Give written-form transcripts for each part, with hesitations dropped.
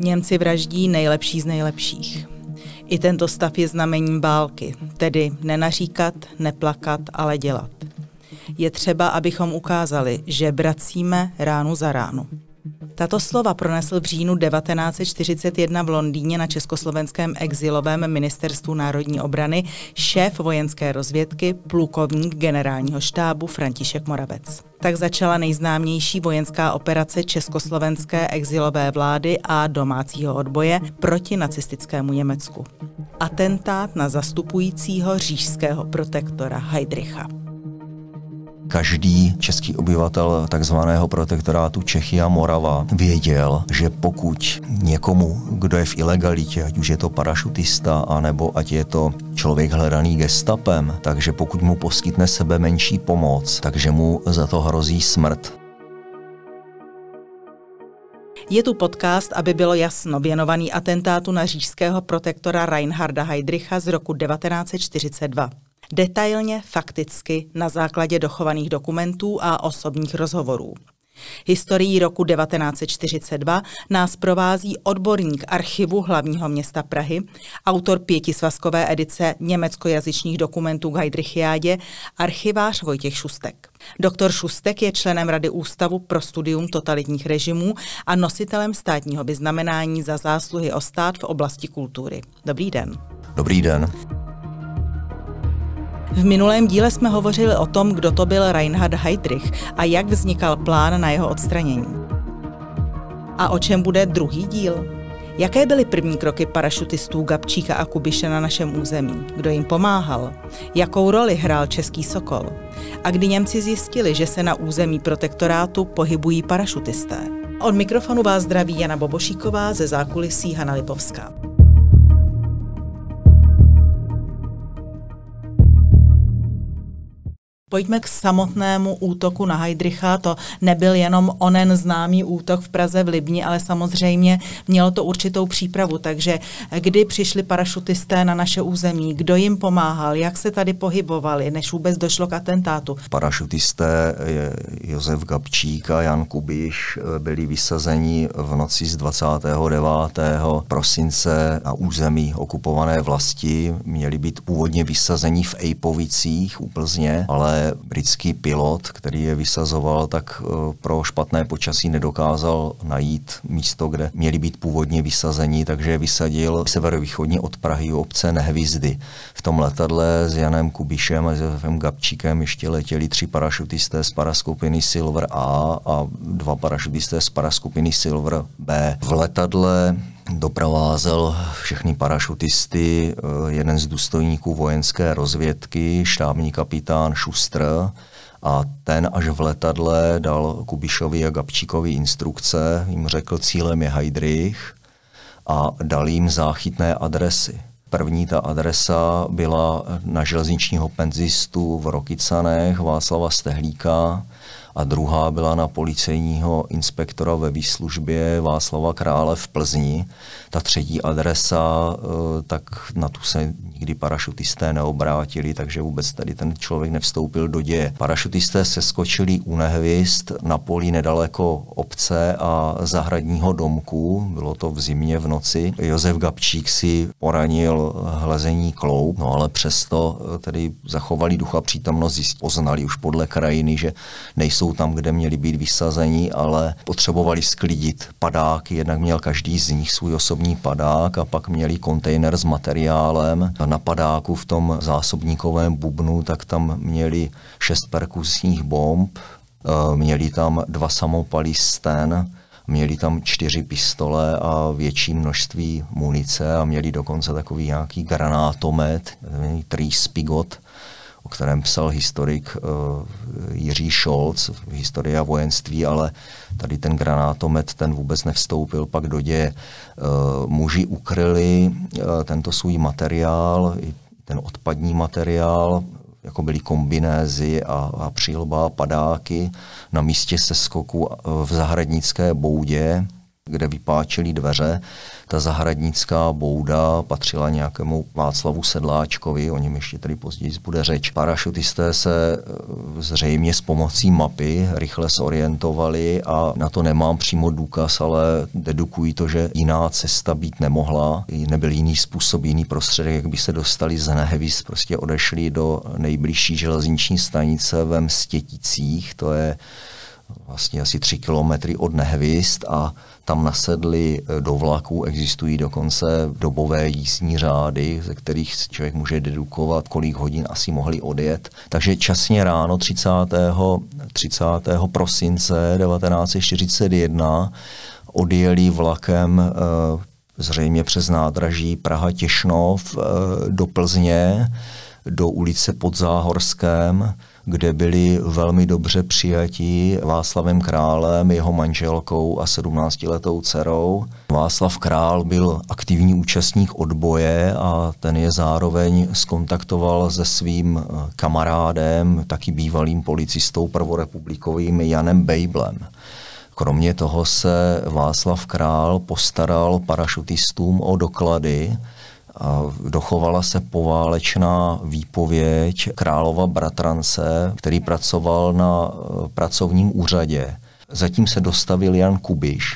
Němci vraždí nejlepší z nejlepších. I tento stav je znamením války, tedy nenaříkat, neplakat, ale dělat. Je třeba, abychom ukázali, že bracíme ránu za ránu. Tato slova pronesl v říjnu 1941 v Londýně na československém exilovém ministerstvu národní obrany šéf vojenské rozvědky, plukovník generálního štábu František Moravec. Tak začala nejznámější vojenská operace československé exilové vlády a domácího odboje proti nacistickému Německu. Atentát na zastupujícího říšského protektora Heydricha. Každý český obyvatel takzvaného protektorátu Čechy a Morava věděl, že pokud někomu, kdo je v ilegalitě, ať už je to parašutista, anebo ať je to člověk hledaný gestapem, takže pokud mu poskytne sebe menší pomoc, takže mu za to hrozí smrt. Je tu podcast, aby bylo jasno, věnovaný atentátu na říšského protektora Reinharda Heydricha z roku 1942. Detailně, fakticky, na základě dochovaných dokumentů a osobních rozhovorů. Historií roku 1942 nás provází odborník archivu hlavního města Prahy, autor 5svazkové edice německojazyčných dokumentů k Heydrichiádě, archivář Vojtěch Šustek. Doktor Šustek je členem Rady Ústavu pro studium totalitních režimů a nositelem státního vyznamenání za zásluhy o stát v oblasti kultury. Dobrý den. Dobrý den. V minulém díle jsme hovořili o tom, kdo to byl Reinhard Heydrich a jak vznikal plán na jeho odstranění. A o čem bude druhý díl? Jaké byly první kroky parašutistů Gabčíka a Kubiše na našem území? Kdo jim pomáhal? Jakou roli hrál český Sokol? A kdy Němci zjistili, že se na území protektorátu pohybují parašutisté? Od mikrofonu vás zdraví Jana Bobošíková, ze zákulisí Hana Lipovská. Pojďme k samotnému útoku na Heydricha. To nebyl jenom onen známý útok v Praze v Libni, ale samozřejmě mělo to určitou přípravu. Takže kdy přišli parašutisté na naše území, kdo jim pomáhal, jak se tady pohybovali, než vůbec došlo k atentátu? Parašutisté Josef Gabčík a Jan Kubiš byli vysazeni v noci z 29. prosince na území okupované vlasti. Měli být původně vysazeni v Ejpovicích u Plzně, ale britský pilot, který je vysazoval, tak pro špatné počasí nedokázal najít místo, kde měli být původně vysazeni, takže je vysadil severovýchodně od Prahy u obce Nehvizdy. V tom letadle s Janem Kubišem a s Josefem Gabčíkem ještě letěli 3 parašutisté z paraskupiny Silver A a 2 parašutisté z paraskupiny Silver B. V letadle doprovázel všechny parašutisty jeden z důstojníků vojenské rozvědky, štábní kapitán Šustr, a ten až v letadle dal Kubišovi a Gabčíkovi instrukce, jim řekl, cílem je Heydrich a dal jim záchytné adresy. První ta adresa byla na železničního penzistu v Rokycanech Václava Stehlíka a druhá byla na policejního inspektora ve výslužbě Václava Krále v Plzni. Ta třetí adresa, tak na tu se nikdy parašutisté neobrátili, takže vůbec tady ten člověk nevstoupil do děje. Parašutisté seskočili u Nehvizd na poli nedaleko obce a zahradního domku, bylo to v zimě v noci. Josef Gabčík si poranil hlezení kloub, no ale přesto tedy zachovali ducha přítomnost, poznali už podle krajiny, že nejsou tam, kde měli být vysazeni, ale potřebovali sklidit padáky, jednak měl každý z nich svůj osobní padák a pak měli kontejner s materiálem. Na padáku v tom zásobníkovém bubnu, tak tam měli 6 perkusních bomb, měli tam 2 samopaly Sten, měli tam 4 pistole a větší množství munice a měli dokonce takový nějaký granátomet, Trispigot, o kterém psal historik Jiří Scholz v Historii a vojenství, ale tady ten granátomet, ten vůbec nevstoupil pak do děje. Muži ukryli tento svůj materiál, ten odpadní materiál, jako byly kombinézy a přílba, padáky na místě seskoku v zahradnické boudě, kde vypáčili dveře. Ta zahradnická bouda patřila nějakému Václavu Sedláčkovi, o něm ještě tady později bude řeč. Parašutisté se zřejmě s pomocí mapy rychle zorientovali a na to nemám přímo důkaz, ale dedukují to, že jiná cesta být nemohla. Nebyl jiný způsob, jiný prostředek, jak by se dostali z Nehvis. Prostě odešli do nejbližší železniční stanice ve Mstěticích, to je vlastně asi 3 kilometry od Nehvist, a tam nasedli do vlaku. Existují dokonce dobové jízdní řády, ze kterých člověk může dedukovat, kolik hodin asi mohli odjet. Takže časně ráno 30. prosince 1941 odjeli vlakem zřejmě přes nádraží Praha-Těšnov do Plzně, do ulice Pod Záhorskem, kde byli velmi dobře přijati Václavem Králem, jeho manželkou a 17letou dcerou. Václav Král byl aktivní účastník odboje a ten je zároveň skontaktoval se svým kamarádem, taky bývalým policistou prvorepublikovým Janem Bejblem. Kromě toho se Václav Král postaral parašutistům o doklady. Dochovala se poválečná výpověď Králova bratrance, který pracoval na pracovním úřadě. Zatím se dostavil Jan Kubiš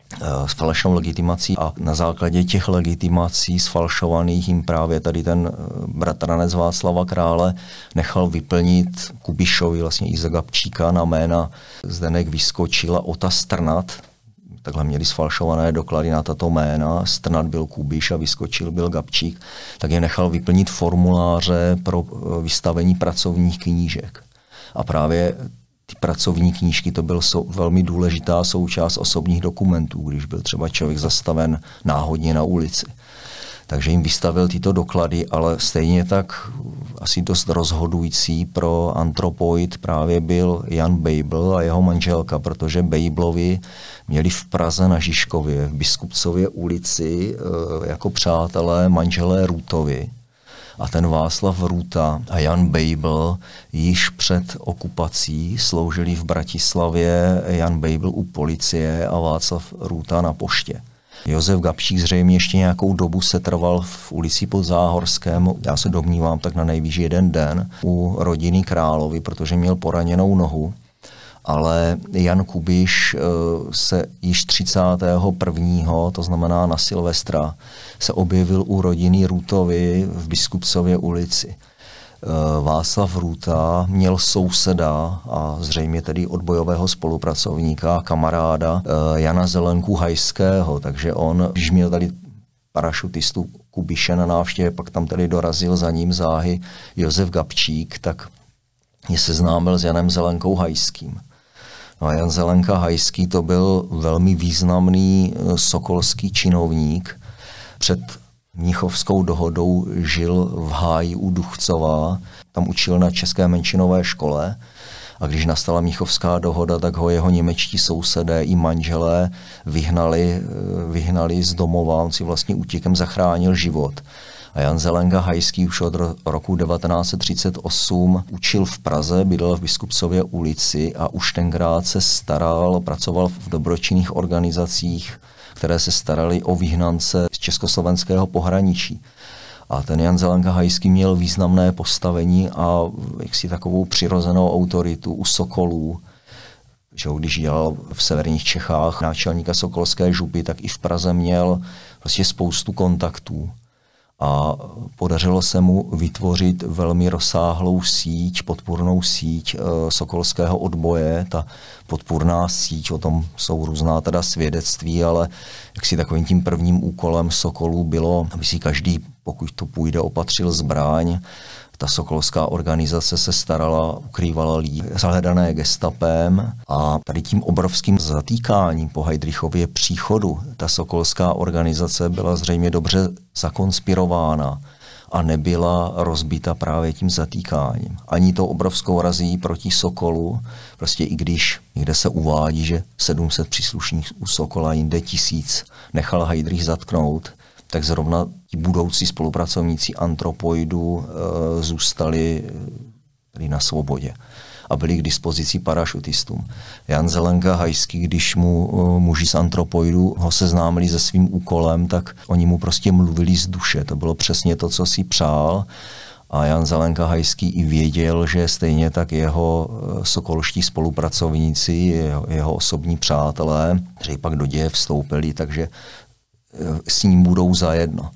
s falešnou legitimací a na základě těch legitimací sfalšovaných jim právě tady ten bratranec Václava Krále nechal vyplnit Kubišovi, vlastně i za Gabčíka, na jména Zdeněk Vyskočil a Ota Strnad. Takhle měli sfalšované doklady na tato jména. Strnad byl Kubiš a Vyskočil byl Gabčík. Tak je nechal vyplnit formuláře pro vystavení pracovních knížek. A právě ty pracovní knížky, to byl velmi důležitá součást osobních dokumentů, když byl třeba člověk zastaven náhodně na ulici. Takže jim vystavil tyto doklady, ale stejně tak asi dost rozhodující pro antropoid právě byl Jan Bejbl a jeho manželka, protože Bejblovi měli v Praze na Žižkově, v Biskupcově ulici jako přátelé manželé Růtovi. A ten Václav Růta a Jan Bejbl již před okupací sloužili v Bratislavě, Jan Bejbl u policie a Václav Růta na poště. Josef Gabčík zřejmě ještě nějakou dobu se trval v ulici Pod Záhorskem, já se domnívám tak na nejvýš jeden den, u rodiny Královy, protože měl poraněnou nohu. Ale Jan Kubiš se již 31., to znamená na Silvestra, se objevil u rodiny Růtovy v Biskupcově ulici. Václav Růta měl souseda a zřejmě tedy odbojového spolupracovníka, kamaráda Jana Zelenku Hajského, takže on, když měl tady parašutistu Kubiše na návštěvě, pak tam tedy dorazil za ním záhy Josef Gabčík, tak je seznámil s Janem Zelenkou Hajským. No a Jan Zelenka Hajský to byl velmi významný sokolský činovník. Před Mnichovskou dohodou žil v Háji u Duchcova, tam učil na české menšinové škole a když nastala Mnichovská dohoda, tak ho jeho němečtí sousedé i manželé vyhnali z domova, on si vlastně útěkem zachránil život. A Jan Zelenka Hajský už od roku 1938 učil v Praze, bydlel v Biskupcově ulici a už tenkrát se pracoval v dobročinných organizacích, které se staraly o vyhnance z československého pohraničí. A ten Jan Zelenka Hajský měl významné postavení a jaksi takovou přirozenou autoritu u sokolů. Že když dělal v severních Čechách náčelníka sokolské župy, tak i v Praze měl prostě spoustu kontaktů. A podařilo se mu vytvořit velmi rozsáhlou síť, podpůrnou síť sokolského odboje. Ta podpůrná síť, o tom jsou různá teda svědectví, ale jaksi takovým tím prvním úkolem sokolů bylo, aby si každý, pokud to půjde, opatřil zbraň. Ta sokolská organizace se starala, ukrývala lidi zahledané gestapem a tady tím obrovským zatýkáním po Heydrichově příchodu ta sokolská organizace byla zřejmě dobře zakonspirována a nebyla rozbita právě tím zatýkáním. Ani tou obrovskou razí proti Sokolu, prostě i když někde se uvádí, že 700 příslušníků u Sokola, jinde 1000 nechal Heydrich zatknout, tak zrovna ti budoucí spolupracovníci antropoidů zůstali tady na svobodě. a byli k dispozici parašutistům. Jan Zelenka Hajský, když mu muži z Antropoidu ho seznámili se svým úkolem, tak oni mu prostě mluvili z duše. To bylo přesně to, co si přál. A Jan Zelenka Hajský i věděl, že stejně tak jeho sokolští spolupracovníci, jeho osobní přátelé, kteří pak do děje vstoupili, takže s ním budou zajedno.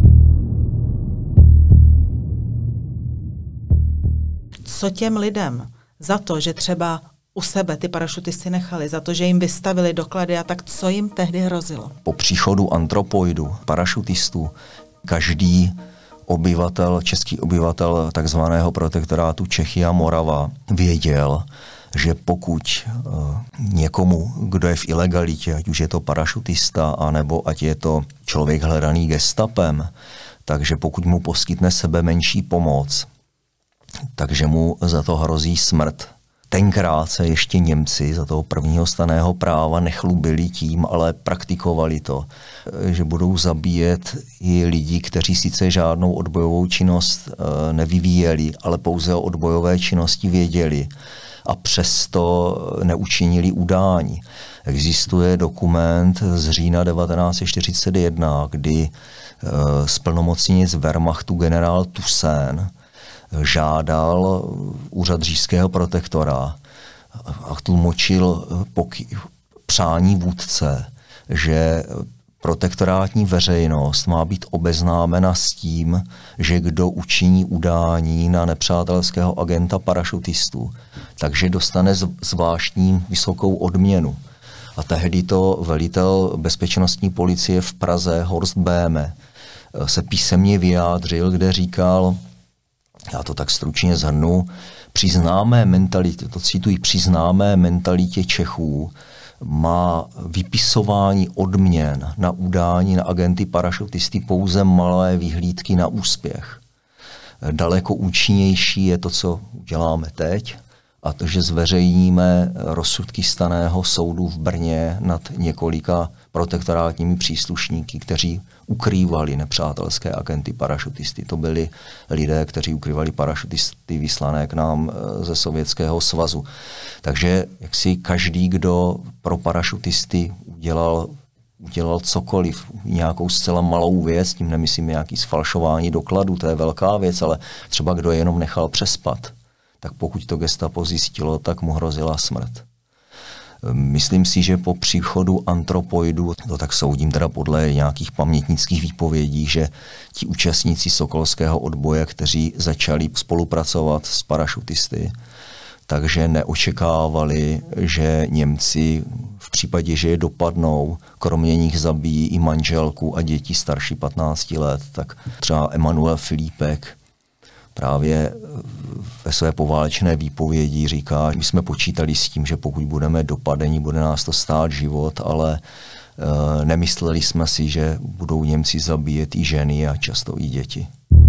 Co těm lidem za to, že třeba u sebe ty parašutisty nechali, za to, že jim vystavili doklady a tak, co jim tehdy hrozilo? Po příchodu Antropoidu, parašutistů, každý český obyvatel takzvaného protektorátu Čechy a Morava věděl, že pokud někomu, kdo je v ilegalitě, ať už je to parašutista, anebo ať je to člověk hledaný gestapem, takže pokud mu poskytne sebe menší pomoc, takže mu za to hrozí smrt. Tenkrát se ještě Němci za toho prvního stanného práva nechlubili tím, ale praktikovali to, že budou zabíjet i lidi, kteří sice žádnou odbojovou činnost nevyvíjeli, ale pouze o odbojové činnosti věděli a přesto neučinili udání. Existuje dokument z října 1941, kdy splnomocněnec Wehrmachtu generál Toussaint žádal úřad říšského protektora a tlumočil přání vůdce, že protektorátní veřejnost má být obeznámena s tím, že kdo učiní udání na nepřátelského agenta parašutistů, takže dostane zvláštní vysokou odměnu. A tehdy to velitel bezpečnostní policie v Praze Horst Böhme se písemně vyjádřil, kde říkal, já to tak stručně shrnu, při známé mentalitě Čechů má vypisování odměn na udání na agenty parašutisty pouze malé vyhlídky na úspěch. Daleko účinnější je to, co uděláme teď, a to, že zveřejníme rozsudky stanného soudu v Brně nad několika protektorátními příslušníky, kteří ukrývali nepřátelské agenty parašutisty. To byli lidé, kteří ukrývali parašutisty vyslané k nám ze Sovětského svazu. Takže jaksi každý, kdo pro parašutisty udělal cokoliv, nějakou zcela malou věc, tím nemyslím nějaký sfalšování dokladů, to je velká věc, ale třeba kdo je jenom nechal přespat, tak pokud to gestapo zjistilo, tak mu hrozila smrt. Myslím si, že po příchodu Antropoidu, to tak soudím teda podle nějakých pamětnických výpovědí, že ti účastníci sokolského odboje, kteří začali spolupracovat s parašutisty, takže neočekávali, že Němci v případě, že je dopadnou, kromě nich zabijí i manželku a děti starší 15 let, tak třeba Emanuel Filipek právě ve své poválečné výpovědi říká, že my jsme počítali s tím, že pokud budeme dopadeni, bude nás to stát život, ale nemysleli jsme si, že budou Němci zabíjet i ženy a často i děti.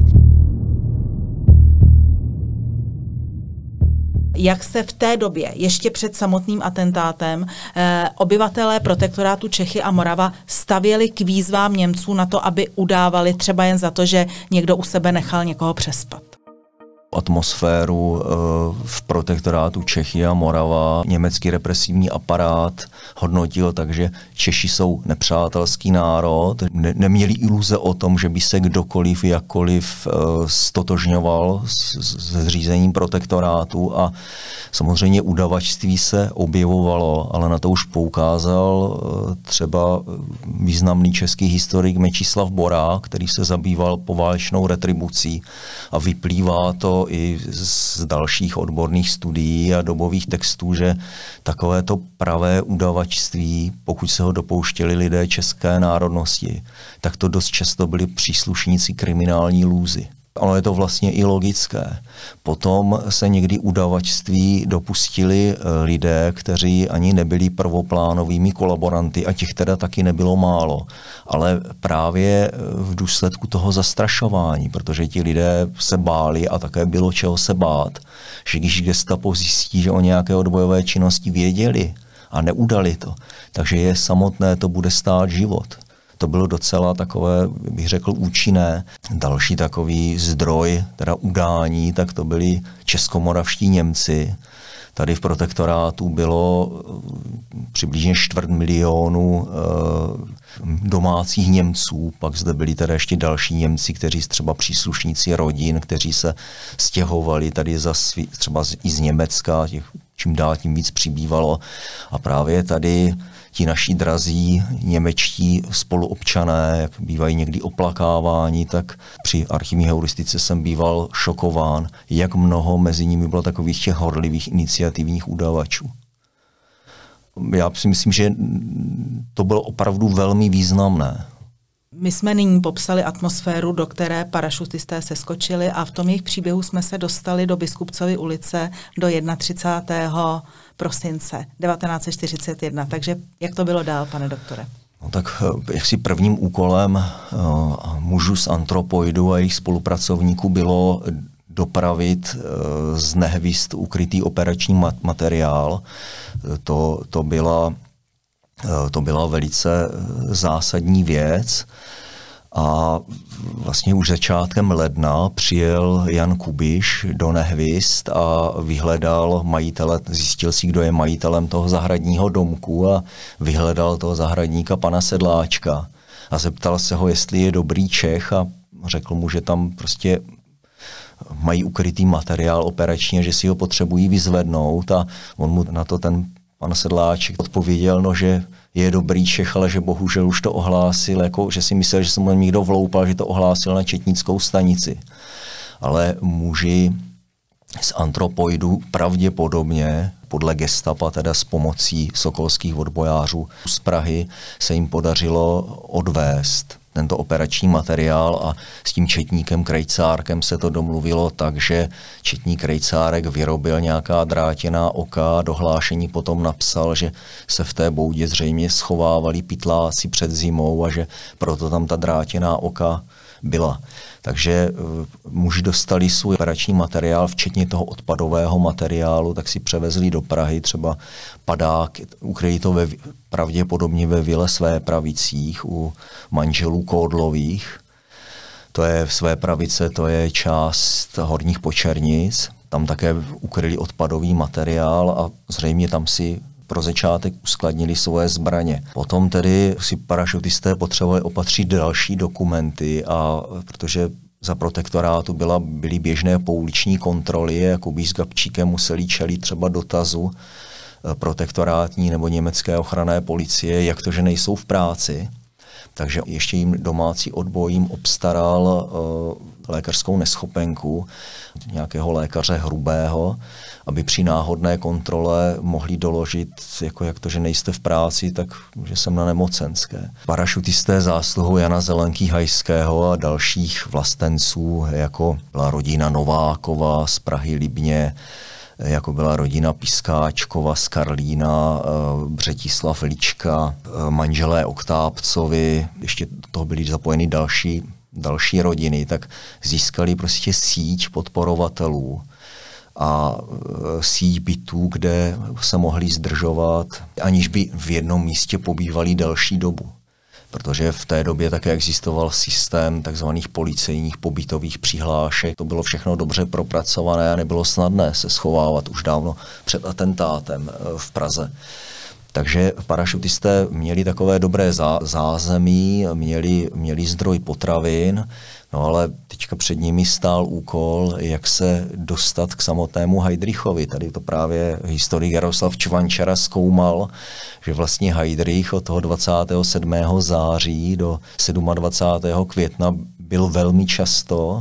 Jak se v té době, ještě před samotným atentátem, obyvatelé protektorátu Čechy a Morava stavěli k výzvám Němců na to, aby udávali třeba jen za to, že někdo u sebe nechal někoho přespat? Atmosféru v protektorátu Čechy a Morava německý represivní aparát hodnotil tak, že Češi jsou nepřátelský národ, neměli iluze o tom, že by se kdokoliv jakkoliv stotožňoval se zřízením protektorátu a samozřejmě udavačství se objevovalo, ale na to už poukázal třeba významný český historik Mečíslav Bora, který se zabýval poválečnou retribucí a vyplývá to i z dalších odborných studií a dobových textů, že takovéto pravé udavačství, pokud se ho dopouštěli lidé české národnosti, tak to dost často byli příslušníci kriminální lůzy. Ono je to vlastně i logické. Potom se někdy udavačství dopustili lidé, kteří ani nebyli prvoplánovými kolaboranty a těch teda taky nebylo málo. Ale právě v důsledku toho zastrašování, protože ti lidé se báli a také bylo čeho se bát, že když gestapo zjistí, že o nějaké odbojové činnosti věděli a neudali to, takže je samotné to bude stát život. To bylo docela takové, bych řekl, účinné. Další takový zdroj, teda udání, tak to byli českomoravští Němci, Tady v protektorátu bylo přibližně 250 000 domácích Němců, pak zde byli tedy ještě další Němci, kteří třeba příslušníci rodin, kteří se stěhovali tady třeba i z Německa, těch čím dál tím víc přibývalo. A právě tady ti naši drazí němečtí spoluobčané, jak bývají někdy oplakáváni, tak při archivní heuristice jsem býval šokován, jak mnoho mezi nimi bylo takových těch horlivých iniciativních udavačů. Já si myslím, že to bylo opravdu velmi významné. My jsme nyní popsali atmosféru, do které parašutisté seskočili a v tom jejich příběhu jsme se dostali do Biskupcovy ulice do 31. prosince 1941. Takže jak to bylo dál, pane doktore? No tak jaksi prvním úkolem mužů z Antropoidu a jejich spolupracovníků bylo dopravit z nehvěst ukrytý operační materiál. To byla velice zásadní věc a vlastně už začátkem ledna přijel Jan Kubiš do Nehvěst a vyhledal majitele, zjistil si, kdo je majitelem toho zahradního domku a vyhledal toho zahradníka pana Sedláčka a zeptal se ho, jestli je dobrý Čech a řekl mu, že tam prostě mají ukrytý materiál operačně, že si ho potřebují vyzvednout a on mu na to ten pan Sedláček odpověděl, no, že je dobrý Čech, ale že bohužel už to ohlásil, jako, že si myslel, že se mu někdo vloupal, že to ohlásil na četnickou stanici. Ale muži z Antropoidu pravděpodobně podle gestapa, teda s pomocí sokolských odbojářů z Prahy, se jim podařilo odvést tento operační materiál a s tím četníkem Krejcárkem se to domluvilo tak, že četník Krejcárek vyrobil nějaká drátěná oka, do hlášení potom napsal, že se v té boudě zřejmě schovávali pytláci před zimou a že proto tam ta drátěná oka byla. Takže muži dostali svůj operační materiál, včetně toho odpadového materiálu, tak si převezli do Prahy třeba padák, ukryli to pravděpodobně ve vile Svépravicích u manželů Kódlových. To je Svépravice, to je část Horních Počernic. Tam také ukryli odpadový materiál a zřejmě tam si pro začátek uskladnili svoje zbraně. Potom tedy si parašutisté potřebovali opatřit další dokumenty, a protože za protektorátu byly běžné pouliční kontroly a Kubíš s Gabčíkem museli čelit třeba dotazu protektorátní nebo německé ochranné policie, jak to, že nejsou v práci. Takže ještě jim domácí odboj jim obstaral lékařskou neschopenku nějakého lékaře Hrubého, aby při náhodné kontrole mohli doložit, jako jak to, že nejste v práci, tak že jsem na nemocenské. Parašutisté zásluhou Jana Zelenky Hajského a dalších vlastenců, jako byla rodina Novákova z Prahy Libně, jako byla rodina Piskáčkova z Karlína, Břetislav Lička, manželé Oktápcovi, ještě do toho byly zapojeny další rodiny, tak získali prostě síť podporovatelů a síť bytů, kde se mohli zdržovat, aniž by v jednom místě pobývali delší dobu. Protože v té době také existoval systém takzvaných policejních pobytových přihlášek. To bylo všechno dobře propracované a nebylo snadné se schovávat už dávno před atentátem v Praze. Takže parašutisté měli takové dobré zázemí, měli zdroj potravin, no ale teďka před nimi stál úkol, jak se dostat k samotnému Heydrichovi. Tady to právě historik Jaroslav Čvančara zkoumal, že vlastně Heydrich od toho 27. září do 27. května byl velmi často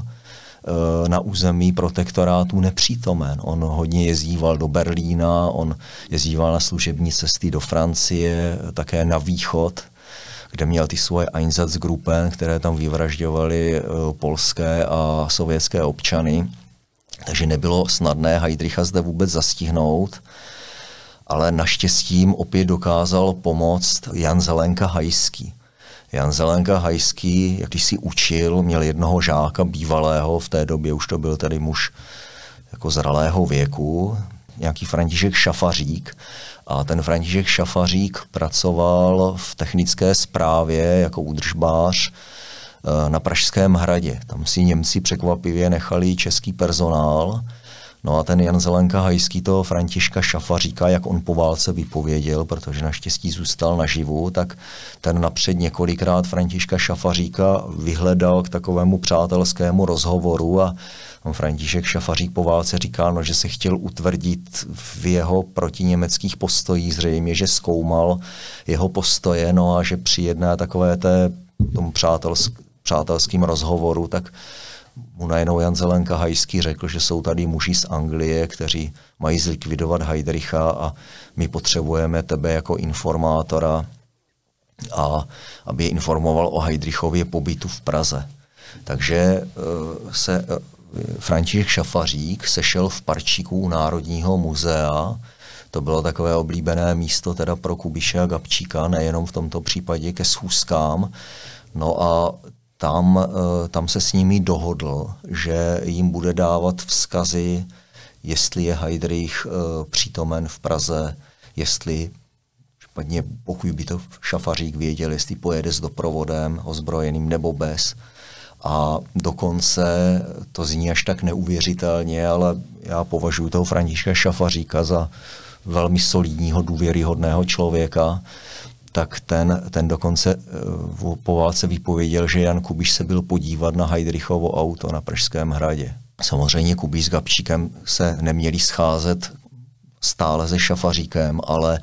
na území protektorátu nepřítomen. On hodně jezdíval do Berlína, on jezdíval na služební cesty do Francie, také na východ, kde měl ty svoje Einsatzgruppen, které tam vyvražďovaly polské a sovětské občany. Takže nebylo snadné Heydricha zde vůbec zastihnout, ale naštěstí opět dokázal pomoct Jan Zelenka Hajský. Jan Zelenka Hajský, jak když si učil, měl jednoho žáka bývalého, v té době už to byl tedy muž jako zralého věku, nějaký František Šafařík. A ten František Šafařík pracoval v technické správě jako údržbář na Pražském hradě. Tam si Němci překvapivě nechali český personál. No a ten Jan Zelenka Hajský to Františka Šafaříka, jak on po válce vypověděl, protože naštěstí zůstal naživu, tak ten napřed několikrát Františka Šafaříka vyhledal k takovému přátelskému rozhovoru a František Šafařík po válce říkal, no, že se chtěl utvrdit v jeho protiněmeckých postojích, zřejmě, že zkoumal jeho postoje, no a že při jedné takové tomu přátelským rozhovoru, tak mu najednou Jan Zelenka Hajský řekl, že jsou tady muži z Anglie, kteří mají zlikvidovat Heydricha a my potřebujeme tebe jako informátora, a aby informoval o Heydrichově pobytu v Praze. Takže se František Šafařík sešel v parčíku u Národního muzea. To bylo takové oblíbené místo teda pro Kubiše a Gabčíka, nejenom v tomto případě ke schůzkám. No a tam se s nimi dohodl, že jim bude dávat vzkazy, jestli je Heydrich přítomen v Praze, jestli, případně pokud by to Šafařík věděl, jestli pojede s doprovodem ozbrojeným nebo bez. A dokonce to zní až tak neuvěřitelně, ale já považuji toho Františka Šafaříka za velmi solidního, důvěryhodného člověka, tak ten dokonce po válce vypověděl, že Jan Kubiš se byl podívat na Heydrichovo auto na Pražském hradě. Samozřejmě Kubiš s Gabčíkem se neměli scházet stále se Šafaříkem, ale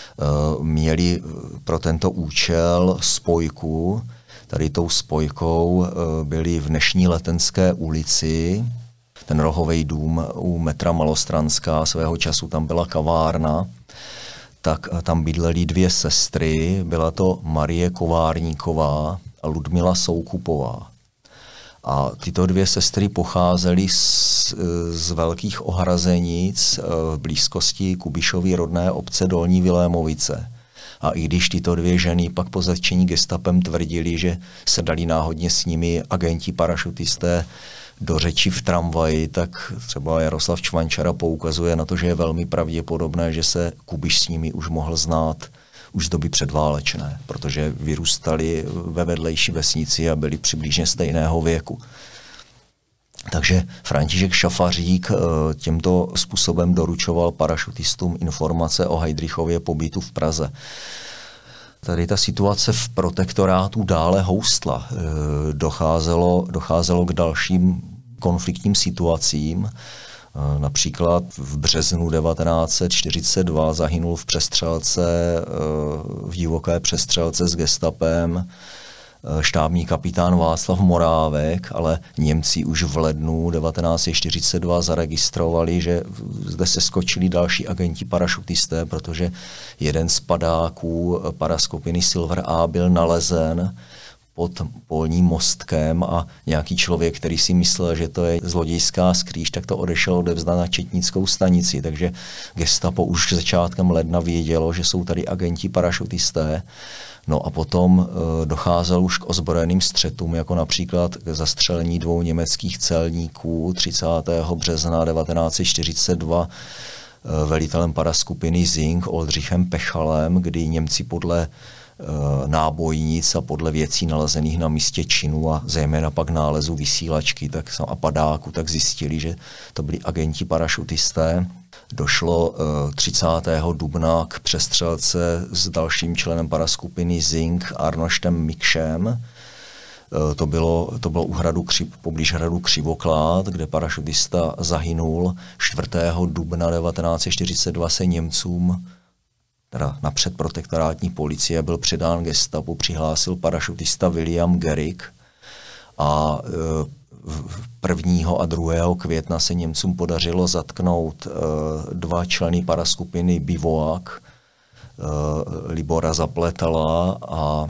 měli pro tento účel spojku. Tady tou spojkou byli v dnešní Letenské ulici, ten rohovej dům u metra Malostranská, svého času tam byla kavárna, tak tam bydlely dvě sestry, byla to Marie Kovárníková a Ludmila Soukupová. A tyto dvě sestry pocházely z Velkých Ohrazenic v blízkosti Kubišovy rodné obce Dolní Vilémovice. A i když tyto dvě ženy pak po zatčení gestapem tvrdili, že se dali náhodně s nimi agenti parašutisté do řeči v tramvaji, tak třeba Jaroslav Čvančara poukazuje na to, že je velmi pravděpodobné, že se Kubiš s nimi už mohl znát už z doby předválečné, protože vyrůstali ve vedlejší vesnici a byli přibližně stejného věku. Takže František Šafařík tímto způsobem doručoval parašutistům informace o Heydrichově pobytu v Praze. Tady ta situace v protektorátu dále houstla. Docházelo k dalším konfliktním situacím. Například v březnu 1942 zahynul v divoké přestřelce s gestapem štábní kapitán Václav Morávek, ale Němci už v lednu 1942 zaregistrovali, že zde se skočili další agenti parašutisté, protože jeden z padáků paraskupiny Silver A byl nalezen pod polním mostkem a nějaký člověk, který si myslel, že to je zlodějská skrýž, tak to odešel odevzdat na četnickou stanici. Takže gestapo už začátkem ledna vědělo, že jsou tady agenti parašutisté. No a potom docházelo už k ozbrojeným střetům, jako například k zastřelení 2 německých celníků 30. března 1942 velitelem paraskupiny Zing Oldřichem Pechalem, kdy Němci podle nábojnic a podle věcí nalezených na místě činu a zejména pak nálezu vysílačky a padáku, tak zjistili, že to byli agenti parašutisté. Došlo 30. dubna k přestřelce s dalším členem paraskupiny Zing Arnoštem Mikšem. To bylo poblíž hradu Křivoklát, kde parašutista zahynul. 4. dubna 1942 se Němcům, teda napřed protektorátní policie, byl předán gestapu, přihlásil parašutista William Garrick a 1. a 2. května se Němcům podařilo zatknout 2 členy paraskupiny Bivouac, Libora Zapletala a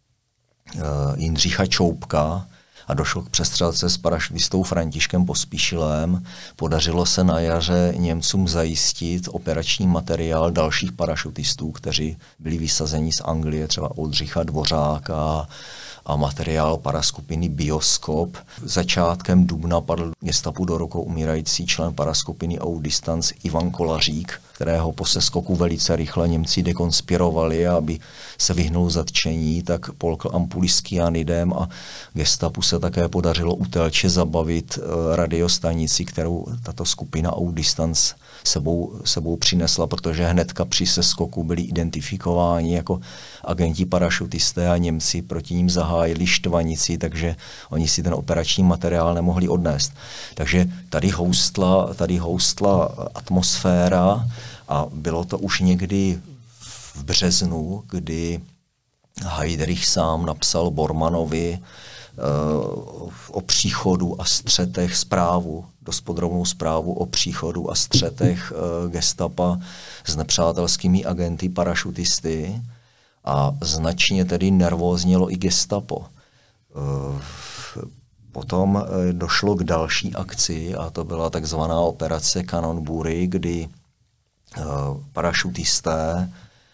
Jindřicha Čoupka, a došlo k přestřelce s parašutistou Františkem Pospíšilem. Podařilo se na jaře Němcům zajistit operační materiál dalších parašutistů, kteří byli vysazeni z Anglie, třeba Oldřicha Dvořáka a materiál paraskupiny Bioskop. Začátkem dubna padl gestapu do rukou umírající člen paraskupiny Outdistance Ivan Kolařík, kterého po seskoku velice rychle Němci dekonspirovali, aby se vyhnul zatčení, tak polkl ampuli s kyanidem a gestapu se se také podařilo u Telče zabavit radiostanici, kterou tato skupina Outdistance sebou přinesla, protože hnedka při seskoku byli identifikováni jako agenti parašutisté a Němci proti ním zahájili štvanici, takže oni si ten operační materiál nemohli odnést. Takže tady houstla atmosféra a bylo to už někdy v březnu, kdy Heydrich sám napsal Bormannovi o příchodu a střetech dost podrobnou zprávu o příchodu a střetech gestapa s nepřátelskými agenty parašutisty a značně tedy nervóznělo i gestapo. Potom došlo k další akci a to byla takzvaná operace Canonbury, kdy parašutisté,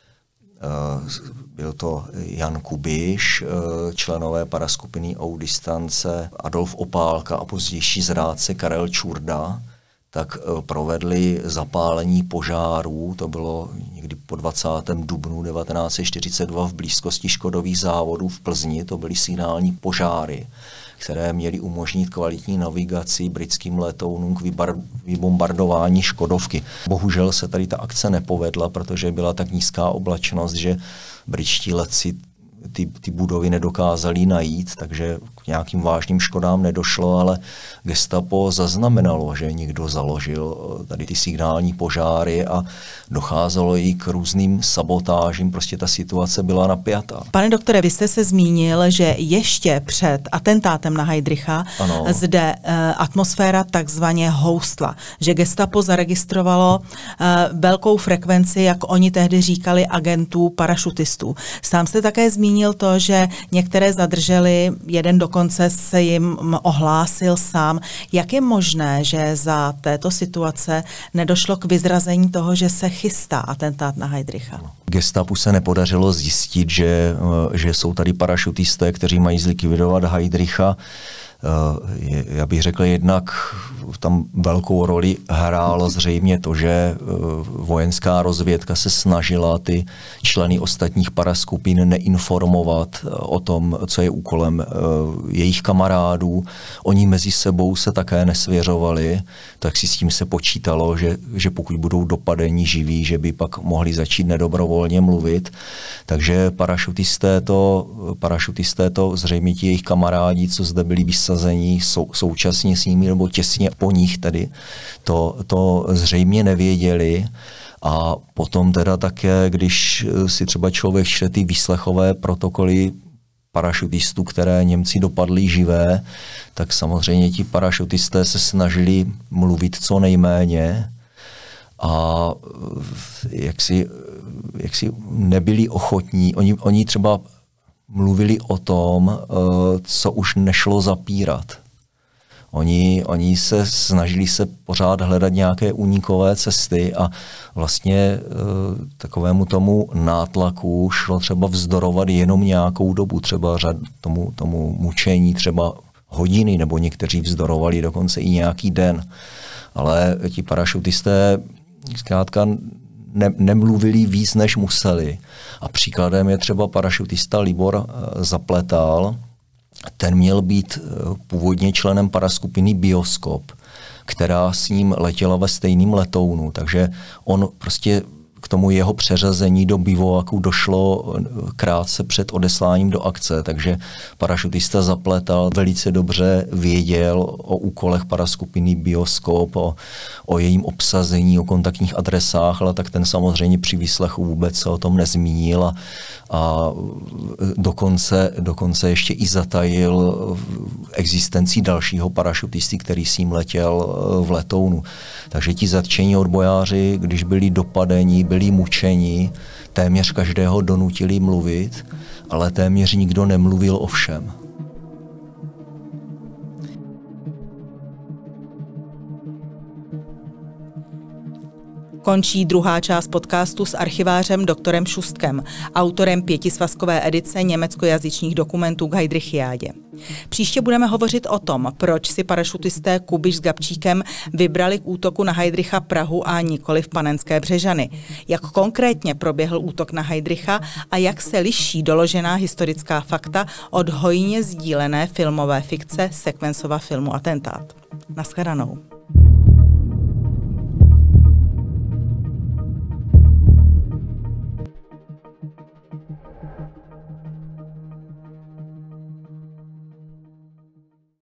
byl to Jan Kubiš, členové paraskupiny Outdistance, Adolf Opálka a pozdější zrádce Karel Čurda, tak provedli zapálení požárů, to bylo někdy po 20. dubnu 1942 v blízkosti Škodových závodů v Plzni, to byly signální požáry, které měly umožnit kvalitní navigaci britským letounům k vybombardování Škodovky. Bohužel se tady ta akce nepovedla, protože byla tak nízká oblačnost, že britští letci ty budovy nedokázali najít, takže k nějakým vážným škodám nedošlo, ale gestapo zaznamenalo, že někdo založil tady ty signální požáry a docházelo i k různým sabotážím, prostě ta situace byla napjatá. Pane doktore, vy jste se zmínil, že ještě před atentátem na Heydricha zde atmosféra takzvaně houstla, že gestapo zaregistrovalo velkou frekvenci, jak oni tehdy říkali, agentů parašutistů. Sám jste také zmínil to, že některé zadrželi, jeden dokonce se jim ohlásil sám. Jak je možné, že za této situace nedošlo k vyzrazení toho, že se chystá atentát na Heydricha? Gestapu se nepodařilo zjistit, že jsou tady parašutisté, kteří mají zlikvidovat Heydricha. Já bych řekl, jednak tam velkou roli hrálo zřejmě to, že vojenská rozvědka se snažila ty členy ostatních paraskupin neinformovat o tom, co je úkolem jejich kamarádů. Oni mezi sebou se také nesvěřovali, tak si s tím se počítalo, že pokud budou dopadeni živí, že by pak mohli začít nedobrovolně mluvit. Takže parašutisté to zřejmě ti jejich kamarádi, co zde byli vysazení současně s nimi nebo těsně po nich tedy, to zřejmě nevěděli. A potom teda také, když si třeba člověk čte ty výslechové protokoly parašutistů, které Němci dopadli živé, tak samozřejmě ti parašutisté se snažili mluvit co nejméně a jaksi nebyli ochotní. Oni třeba mluvili o tom, co už nešlo zapírat. Oni se snažili se pořád hledat nějaké únikové cesty a vlastně takovému tomu nátlaku šlo třeba vzdorovat jenom nějakou dobu, třeba tomu mučení třeba hodiny, nebo někteří vzdorovali dokonce i nějaký den. Ale ti parašutisté zkrátka nemluvili víc, než museli. A příkladem je třeba parašutista Libor Zapletal. Ten měl být původně členem paraskupiny Bioskop, která s ním letěla ve stejném letounu, takže on prostě k tomu jeho přeřazení do bivovaku došlo krátce před odesláním do akce, takže parašutista Zapletal velice dobře věděl o úkolech paraskupiny Bioskop, o jejím obsazení, o kontaktních adresách, ale tak ten samozřejmě při výslechu vůbec se o tom nezmínil a dokonce ještě i zatajil existenci dalšího parašutisty, který s ním letěl v letounu. Takže ti zatčení odbojáři, když byli dopadeni, byli mučeni, téměř každého donutili mluvit, ale téměř nikdo nemluvil o všem. Končí druhá část podcastu s archivářem doktorem Šustkem, autorem 5svazkové edice německojazyčných dokumentů k Heydrichiádě. Příště budeme hovořit o tom, proč si parašutisté Kubiš s Gabčíkem vybrali k útoku na Heydricha Prahu a nikoli v Panenské Břežany, jak konkrétně proběhl útok na Heydricha a jak se liší doložená historická fakta od hojně sdílené filmové fikce Sekvencova filmu Atentát. Naschledanou.